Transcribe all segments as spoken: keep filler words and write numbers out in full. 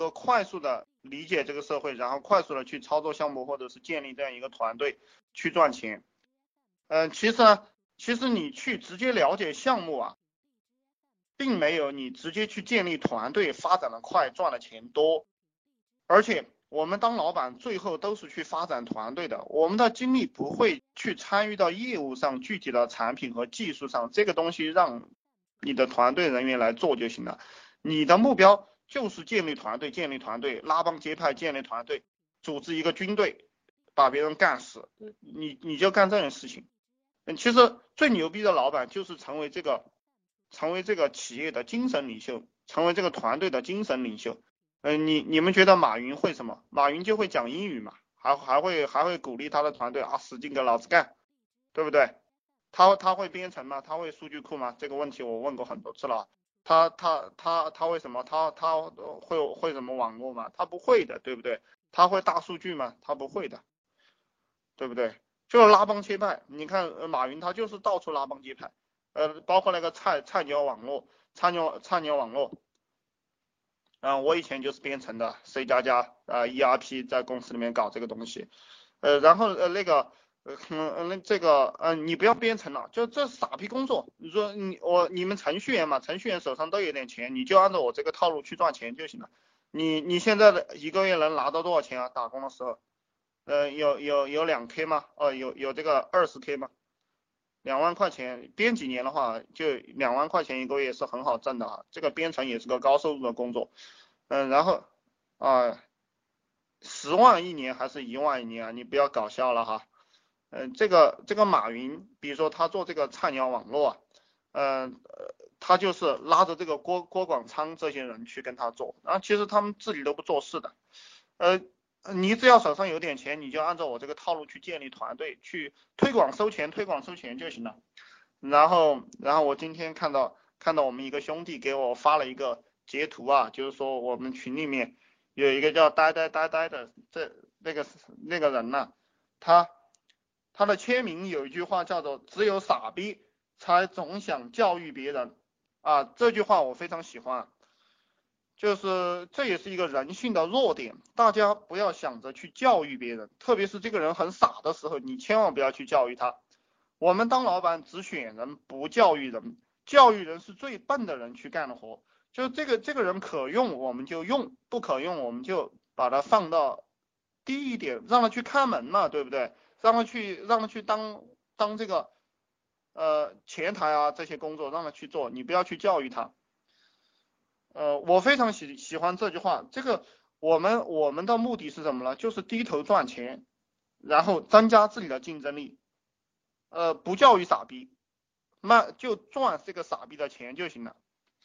说快速的理解这个社会，然后快速的去操作项目或者是建立这样一个团队去赚钱。嗯、呃，其实呢，其实你去直接了解项目啊，并没有你直接去建立团队发展的快，赚的钱多。而且我们当老板最后都是去发展团队的，我们的精力不会去参与到业务上具体的产品和技术上，这个东西让你的团队人员来做就行了。你的目标就是建立团队，建立团队，拉帮结派，建立团队，组织一个军队，把别人干死，你你就干这种事情。嗯，其实最牛逼的老板就是成为这个，成为这个企业的精神领袖，成为这个团队的精神领袖。嗯、呃，你你们觉得马云会什么？马云就会讲英语嘛，还还会还会鼓励他的团队啊，使劲给老子干，对不对？他他会编程吗？他会数据库吗？这个问题我问过很多次了。他他他他为什么？他他会会什么网络吗？他不会的，对不对？他会大数据吗？他不会的，对不对？就是拉帮结派。你看呃马云他就是到处拉帮结派，呃，包括那个菜菜鸟网络，菜鸟菜鸟网络。嗯、呃，我以前就是编程的，C 加加啊 E R P 在公司里面搞这个东西，呃，然后呃那个呃嗯那这个呃你不要编程了，就这傻逼工作。你说你我你们程序员嘛，程序员手上都有点钱，你就按照我这个套路去赚钱就行了。你你现在的一个月能拿到多少钱啊？打工的时候，呃有有有两 K 吗？哦有有这个二十 K 吗？两万块钱，编几年的话，就两万块钱一个月是很好挣的啊。这个编程也是个高收入的工作。嗯，然后啊，十万一年还是一万一年啊？你不要搞笑了哈。嗯，这个这个马云，比如说他做这个菜鸟网络啊，嗯呃，他就是拉着这个郭郭广昌这些人去跟他做，然后其实他们自己都不做事的。呃，你只要手上有点钱，你就按照我这个套路去建立团队，去推广收钱，推广收钱就行了。然后，然后我今天看到看到我们一个兄弟给我发了一个截图啊，就是说我们群里面有一个叫呆呆呆呆的这那个那个人呢、他他的签名有一句话叫做"只有傻逼才总想教育别人"啊，这句话我非常喜欢。就是这也是一个人性的弱点，大家不要想着去教育别人，特别是这个人很傻的时候，你千万不要去教育他。我们当老板只选人不教育人，教育人是最笨的人去干的活。就这个这个人可用我们就用，不可用我们就把他放到低一点，让他去看门嘛，对不对？让他去让他去当当这个呃前台啊这些工作让他去做，你不要去教育他。呃，我非常喜喜欢这句话。这个我们我们的目的是什么呢？就是低头赚钱，然后增加自己的竞争力。呃，不教育傻逼，那就赚这个傻逼的钱就行了。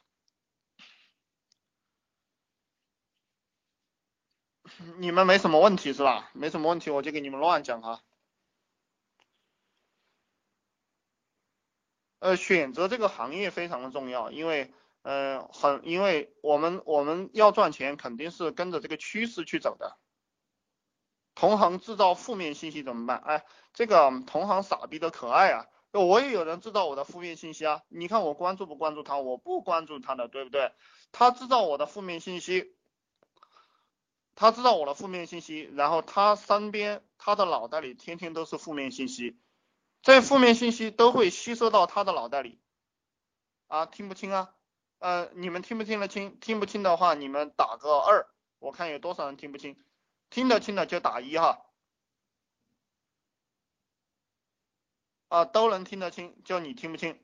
你们没什么问题是吧？没什么问题，我就给你们乱讲哈。呃，选择这个行业非常的重要，因为呃很，因为我们我们要赚钱，肯定是跟着这个趋势去走的。同行制造负面信息怎么办？哎，这个同行傻逼的可爱啊！我也有人制造我的负面信息啊，你看我关注不关注他？我不关注他的，对不对？他制造我的负面信息，他知道我的负面信息，然后他身边他的脑袋里天天都是负面信息，这负面信息都会吸收到他的脑袋里啊，听不清啊？呃，你们听不听得清？听不清的话，你们打个二，我看有多少人听不清，听得清的就打一哈。啊，都能听得清，就你听不清。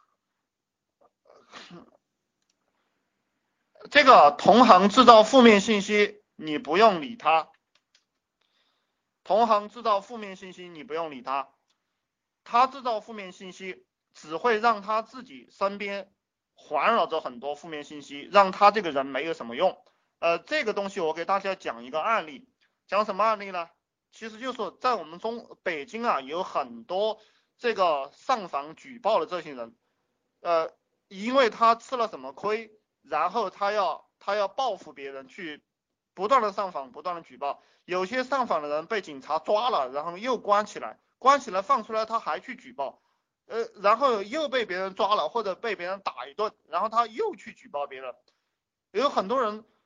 这个同行制造负面信息，你不用理他。同行制造负面信息，你不用理他。他制造负面信息，只会让他自己身边环绕着很多负面信息，让他这个人没有什么用。呃，这个东西我给大家讲一个案例，讲什么案例呢？其实就是在我们中北京啊，有很多这个上访举报的这些人，呃，因为他吃了什么亏，然后他要他要报复别人，去不断的上访，不断的举报。有些上访的人被警察抓了，然后又关起来，关起来放出来，他还去举报，呃，然后又被别人抓了，或者被别人打一顿，然后他又去举报别人。有很多人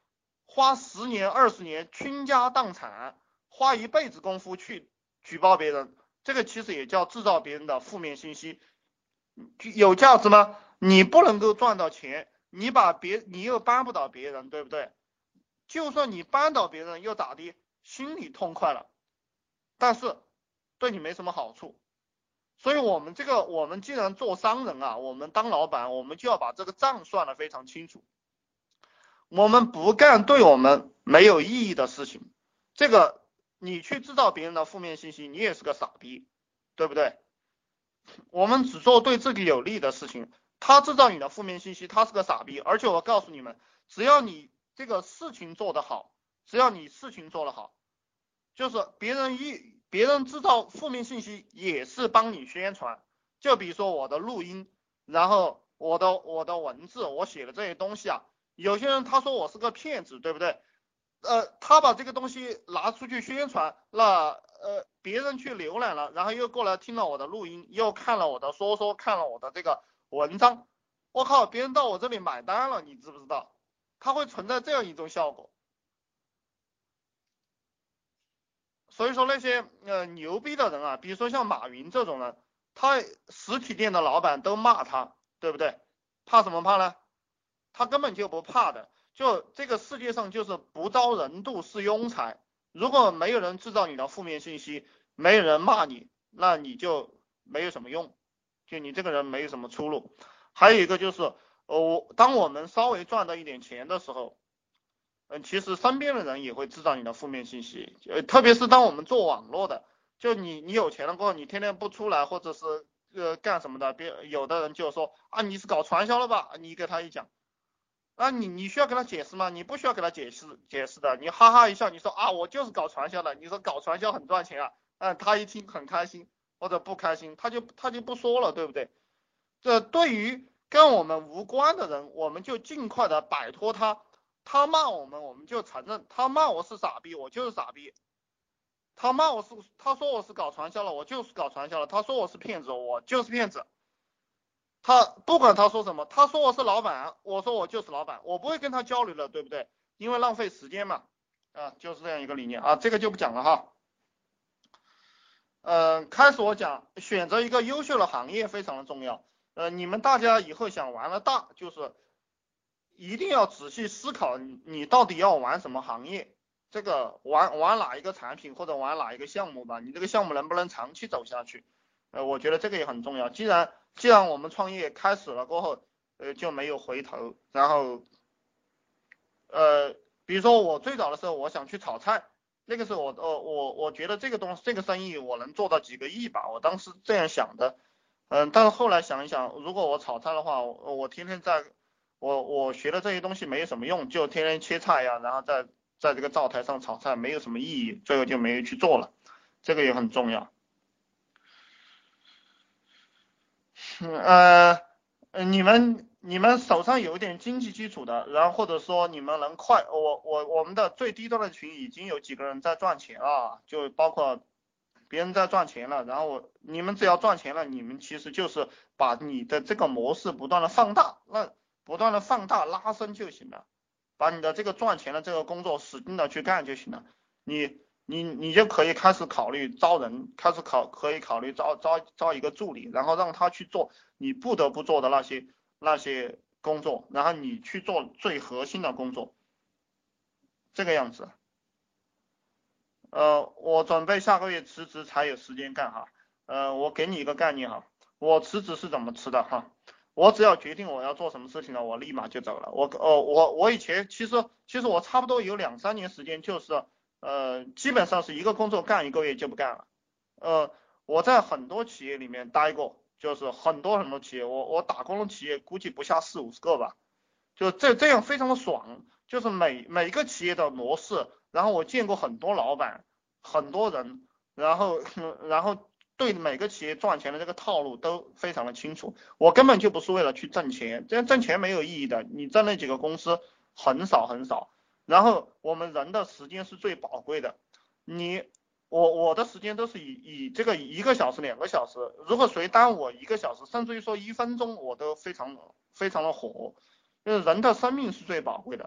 花十年二十年倾家荡产，花一辈子功夫去举报别人，这个其实也叫制造别人的负面信息。有价值吗？你不能够赚到钱，你把别你又帮不到别人，对不对？就算你帮到别人又咋的，心里痛快了，但是对你没什么好处。所以我们这个我们既然做商人啊，我们当老板，我们就要把这个账算得非常清楚。我们不干对我们没有意义的事情。这个你去制造别人的负面信息，你也是个傻逼，对不对？我们只做对自己有利的事情。他制造你的负面信息，他是个傻逼。而且我告诉你们，只要你这个事情做得好，只要你事情做得好，就是别人一别人制造负面信息也是帮你宣传。就比如说我的录音，然后我的我的文字，我写的这些东西啊，有些人他说我是个骗子，对不对？呃，他把这个东西拿出去宣传，那呃别人去浏览了，然后又过来听了我的录音，又看了我的说说，看了我的这个文章，我靠，别人到我这里买单了，你知不知道？它会存在这样一种效果。所以说那些呃牛逼的人啊，比如说像马云这种人，他实体店的老板都骂他，对不对？怕什么怕呢？他根本就不怕的。就这个世界上就是不招人妒是庸才。如果没有人制造你的负面信息，没有人骂你，那你就没有什么用，就你这个人没有什么出路。还有一个就是，呃，当我们稍微赚到一点钱的时候，嗯，其实身边的人也会制造你的负面信息，呃，特别是当我们做网络的，就你你有钱了过后，你天天不出来或者是呃干什么的，别有的人就说啊你是搞传销了吧，你给他一讲，啊你你需要跟他解释吗？你不需要给他解释解释的，你哈哈一笑，你说啊我就是搞传销的，你说搞传销很赚钱啊，嗯，他一听很开心或者不开心，他就他就不说了，对不对？这对于跟我们无关的人，我们就尽快的摆脱他。他骂我们，我们就承认他骂我是傻逼，我就是傻逼。他骂我是，他说我是搞传销了，我就是搞传销了。他说我是骗子，我就是骗子。他不管他说什么，他说我是老板，我说我就是老板，我不会跟他交流的，对不对？因为浪费时间嘛。啊，就是这样一个理念啊，这个就不讲了哈。呃，开始我讲选择一个优秀的行业非常的重要。呃，你们大家以后想玩的大，就是一定要仔细思考你你到底要玩什么行业，这个玩玩哪一个产品或者玩哪一个项目吧，你这个项目能不能长期走下去？呃，我觉得这个也很重要。既然既然我们创业开始了过后，呃，就没有回头。然后呃，比如说我最早的时候，我想去炒菜。那个时候我呃我我觉得这个东这个生意我能做到几个亿吧，我当时这样想的。嗯，但是后来想一想，如果我炒菜的话，我我天天在，我我学的这些东西没有什么用，就天天切菜呀，然后在在这个灶台上炒菜，没有什么意义，最后就没有去做了。这个也很重要。呃，呃你们你们手上有一点经济基础的，然后或者说你们能快，我我我们的最低端的群已经有几个人在赚钱了，就包括别人在赚钱了，然后我你们只要赚钱了，你们其实就是把你的这个模式不断的放大，那不断的放大拉伸就行了，把你的这个赚钱的这个工作使劲的去干就行了。你你你就可以开始考虑招人，开始考可以考虑招招招一个助理，然后让他去做你不得不做的那些那些工作，然后你去做最核心的工作，这个样子。呃，我准备下个月辞职才有时间干哈。呃，我给你一个概念哈，我辞职是怎么辞的哈？我只要决定我要做什么事情了，我立马就走了。我呃我我以前其实其实我差不多有两三年时间，就是呃基本上是一个工作干一个月就不干了。呃，我在很多企业里面待过，就是很多很多企业，我我打工的企业估计不下四五十个吧。就这这样非常的爽，就是每每个企业的模式，然后我见过很多老板，很多人，然后然后对每个企业赚钱的这个套路都非常的清楚。我根本就不是为了去挣钱，这样挣钱没有意义的，你挣那几个公司很少很少。然后我们人的时间是最宝贵的，你我我的时间都是以以这个一个小时两个小时，如果谁耽误我一个小时，甚至于说一分钟，我都非常非常的火。就是人的生命是最宝贵的。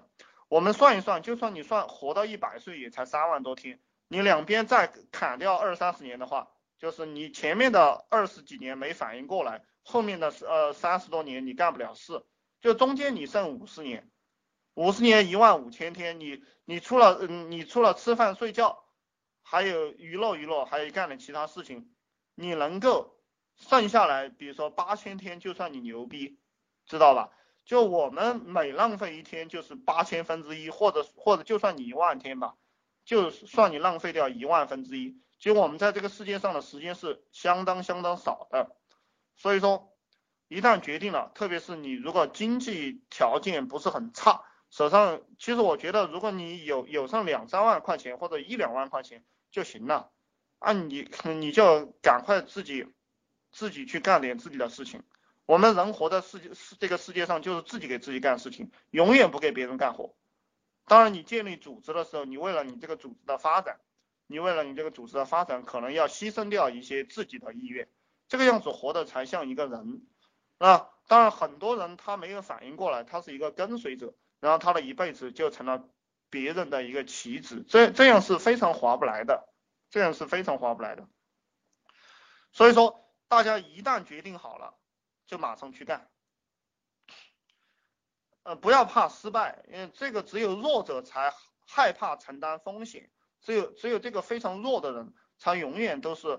我们算一算，就算你算活到一百岁也才三万多天，你两边再砍掉二三十年的话，就是你前面的二十几年没反应过来，后面的呃三十多年你干不了事，就中间你剩五十年，五十年一万五千天，你你除了嗯你除了吃饭睡觉，还有娱乐娱乐，还有干点其他事情，你能够剩下来，比如说八千天，就算你牛逼，知道吧？就我们每浪费一天就是八千分之一，或者或者就算你一万天吧，就算你浪费掉一万分之一，其实我们在这个世界上的时间是相当相当少的。所以说，一旦决定了，特别是你如果经济条件不是很差，手上其实我觉得，如果你有有上两三万块钱或者一两万块钱就行了，啊你你就赶快自己自己去干点自己的事情。我们人活在世界这个世界上，就是自己给自己干事情，永远不给别人干活。当然，你建立组织的时候，你为了你这个组织的发展，你为了你这个组织的发展，可能要牺牲掉一些自己的意愿，这个样子活得才像一个人。啊，当然很多人他没有反应过来，他是一个跟随者，然后他的一辈子就成了别人的一个棋子，这这样是非常划不来的，这样是非常划不来的。所以说，大家一旦决定好了，就马上去干。呃，不要怕失败，因为这个只有弱者才害怕承担风险，只有只有这个非常弱的人，才永远都是